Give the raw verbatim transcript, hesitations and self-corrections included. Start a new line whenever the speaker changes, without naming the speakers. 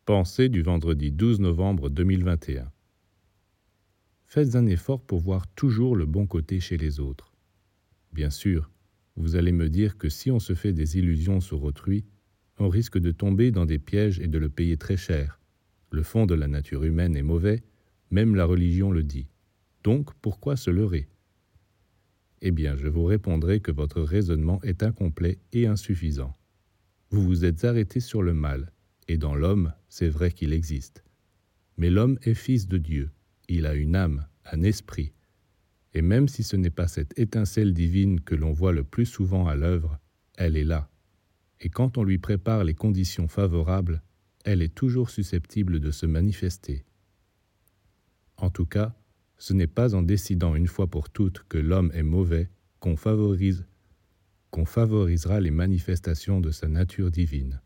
Pensée du vendredi douze novembre deux mille vingt et un. Faites un effort pour voir toujours le bon côté chez les autres. Bien sûr, vous allez me dire que si on se fait des illusions sur autrui, on risque de tomber dans des pièges et de le payer très cher. Le fond de la nature humaine est mauvais, même la religion le dit. Donc, pourquoi se leurrer? Eh bien, je vous répondrai que votre raisonnement est incomplet et insuffisant. Vous vous êtes arrêté sur le mal, et dans l'homme, c'est vrai qu'il existe. Mais l'homme est fils de Dieu, il a une âme, un esprit. Et même si ce n'est pas cette étincelle divine que l'on voit le plus souvent à l'œuvre, elle est là. Et quand on lui prépare les conditions favorables, elle est toujours susceptible de se manifester. En tout cas, ce n'est pas en décidant une fois pour toutes que l'homme est mauvais qu'on favorise, qu'on favorisera les manifestations de sa nature divine.